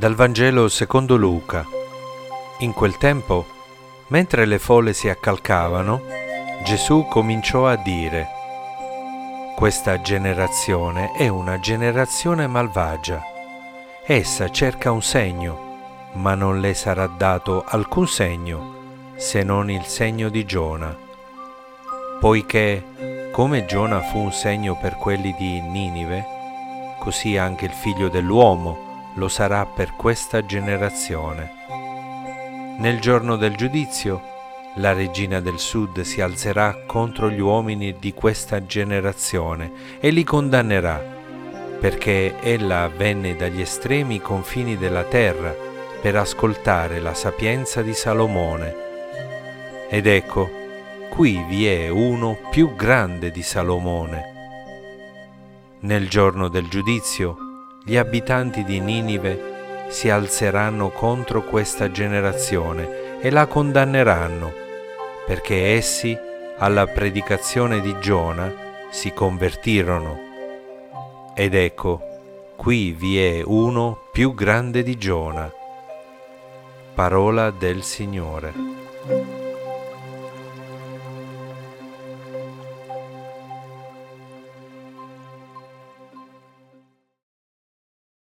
Dal Vangelo secondo Luca. In quel tempo, mentre le folle si accalcavano, Gesù cominciò a dire: «Questa generazione è una generazione malvagia. Essa cerca un segno, ma non le sarà dato alcun segno, se non il segno di Giona. Poiché, come Giona fu un segno per quelli di Ninive, così anche il Figlio dell'uomo lo sarà per questa generazione. Nel giorno del giudizio, la regina del sud si alzerà contro gli uomini di questa generazione e li condannerà, perché ella venne dagli estremi confini della terra per ascoltare la sapienza di Salomone. Ed ecco, qui vi è uno più grande di Salomone. Nel giorno del giudizio, gli abitanti di Ninive si alzeranno contro questa generazione e la condanneranno, perché essi alla predicazione di Giona si convertirono. Ed ecco, qui vi è uno più grande di Giona. Parola del Signore.